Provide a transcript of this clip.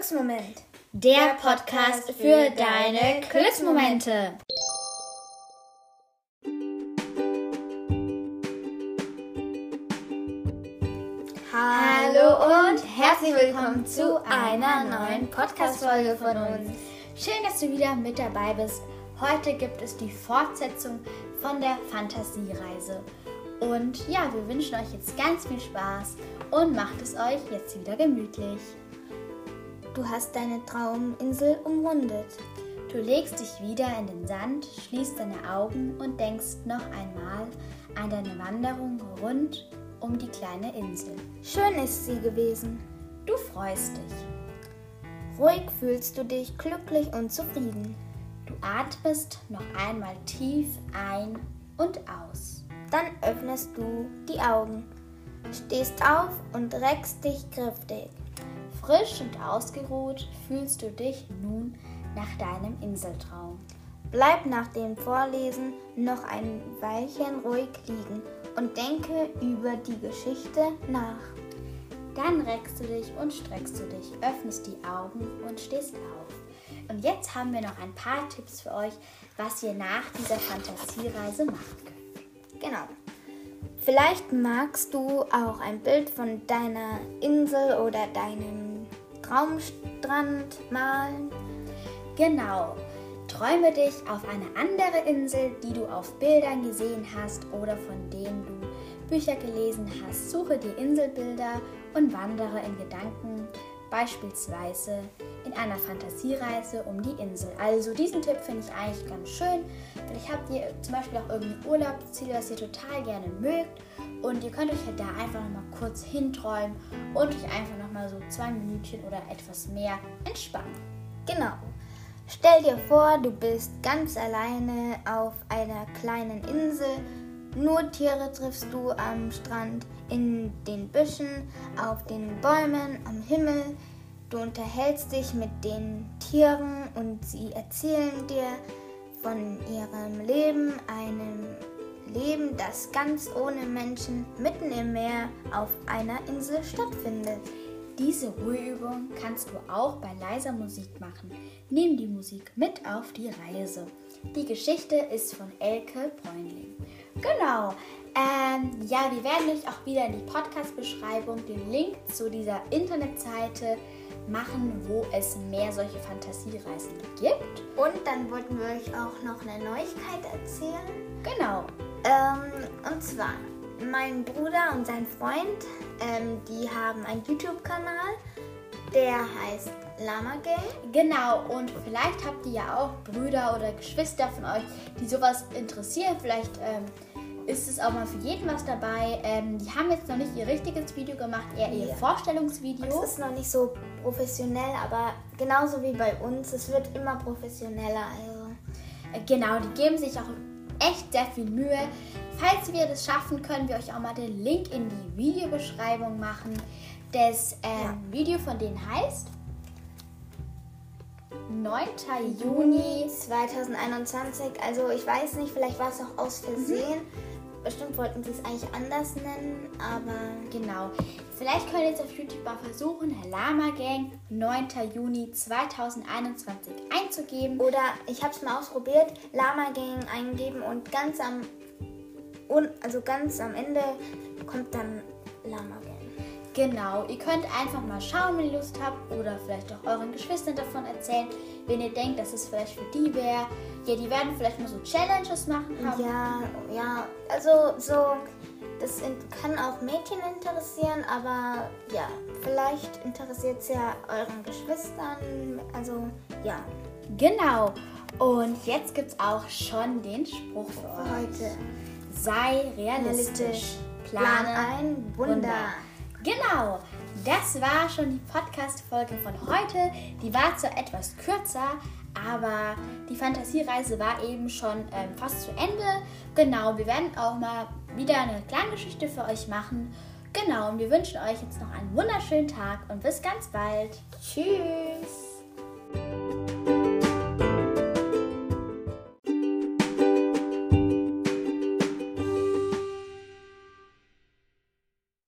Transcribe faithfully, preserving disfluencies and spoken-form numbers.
Glücksmoment. Der Podcast für deine Glücksmomente. Hallo und herzlich willkommen zu einer neuen Podcast-Folge von uns. Schön, dass du wieder mit dabei bist. Heute gibt es die Fortsetzung von der Fantasiereise. Und ja, wir wünschen euch jetzt ganz viel Spaß und macht es euch jetzt wieder gemütlich. Du hast deine Trauminsel umrundet. Du legst dich wieder in den Sand, schließt deine Augen und denkst noch einmal an deine Wanderung rund um die kleine Insel. Schön ist sie gewesen. Du freust dich. Ruhig fühlst du dich, glücklich und zufrieden. Du atmest noch einmal tief ein und aus. Dann öffnest du die Augen, stehst auf und reckst dich kräftig. Frisch und ausgeruht fühlst du dich nun nach deinem Inseltraum. Bleib nach dem Vorlesen noch ein Weilchen ruhig liegen und denke über die Geschichte nach. Dann reckst du dich und streckst du dich, öffnest die Augen und stehst auf. Und jetzt haben wir noch ein paar Tipps für euch, was ihr nach dieser Fantasiereise machen könnt. Genau. Vielleicht magst du auch ein Bild von deiner Insel oder deinem Traumstrand malen. Genau. Träume dich auf eine andere Insel, die du auf Bildern gesehen hast oder von denen du Bücher gelesen hast. Suche dir Inselbilder und wandere in Gedanken beispielsweise in einer Fantasiereise um die Insel. Also diesen Tipp finde ich eigentlich ganz schön. Vielleicht habt ihr zum Beispiel auch irgendein Urlaubsziel, was ihr total gerne mögt und ihr könnt euch ja da einfach nochmal kurz hinträumen und euch einfach nochmal so zwei Minütchen oder etwas mehr entspannen. Genau. Stell dir vor, du bist ganz alleine auf einer kleinen Insel. Nur Tiere triffst du am Strand, in den Büschen, auf den Bäumen, am Himmel. Du unterhältst dich mit den Tieren und sie erzählen dir von ihrem Leben, einem Leben, das ganz ohne Menschen mitten im Meer auf einer Insel stattfindet. Diese Ruheübung kannst du auch bei leiser Musik machen. Nimm die Musik mit auf die Reise. Die Geschichte ist von Elke Bräunling. Genau. Ähm, ja, wir werden euch auch wieder in die Podcast-Beschreibung den Link zu dieser Internetseite machen, wo es mehr solche Fantasiereisen gibt. Und dann wollten wir euch auch noch eine Neuigkeit erzählen. Genau. Ähm, und zwar, mein Bruder und sein Freund, ähm, die haben einen YouTube-Kanal, der heißt Lama Gang. Genau, und vielleicht habt ihr ja auch Brüder oder Geschwister von euch, die sowas interessieren. Vielleicht ähm, ist es auch mal für jeden was dabei. Ähm, die haben jetzt noch nicht ihr richtiges Video gemacht, eher ihr Ja. Vorstellungsvideo. Es ist noch nicht so professionell, aber genauso wie bei uns, es wird immer professioneller. Also. Äh, genau, die geben sich auch echt sehr viel Mühe. Falls wir das schaffen, können wir euch auch mal den Link in die Videobeschreibung machen. Das ähm, Ja. Video von denen heißt neunter Juni. zweitausendeinundzwanzig, also ich weiß nicht, vielleicht war es auch aus Versehen. Mhm. Bestimmt wollten sie es eigentlich anders nennen, aber Genau. Vielleicht könnt ihr jetzt auf YouTube mal versuchen, Lama Gang neunter Juni zweitausendeinundzwanzig einzugeben. oder ich habe es mal ausprobiert, Lama Gang eingeben und ganz am und also ganz am Ende kommt dann Lama Gang. Genau, ihr könnt einfach mal schauen, wenn ihr Lust habt oder vielleicht auch euren Geschwistern davon erzählen, wenn ihr denkt, dass es vielleicht für die wäre. Ja, die werden vielleicht mal so Challenges machen. Haben. Ja, ja, also so, das in, kann auch Mädchen interessieren, aber ja, vielleicht interessiert es ja euren Geschwistern, also ja. Genau, und jetzt gibt es auch schon den Spruch für euch. Heute. Sei realistisch, plane ein Wunder. Genau, das war schon die Podcast-Folge von heute. Die war zwar etwas kürzer, aber die Fantasiereise war eben schon ähm, fast zu Ende. Genau, wir werden auch mal wieder eine kleine Geschichte für euch machen. Genau, und wir wünschen euch jetzt noch einen wunderschönen Tag und bis ganz bald. Tschüss!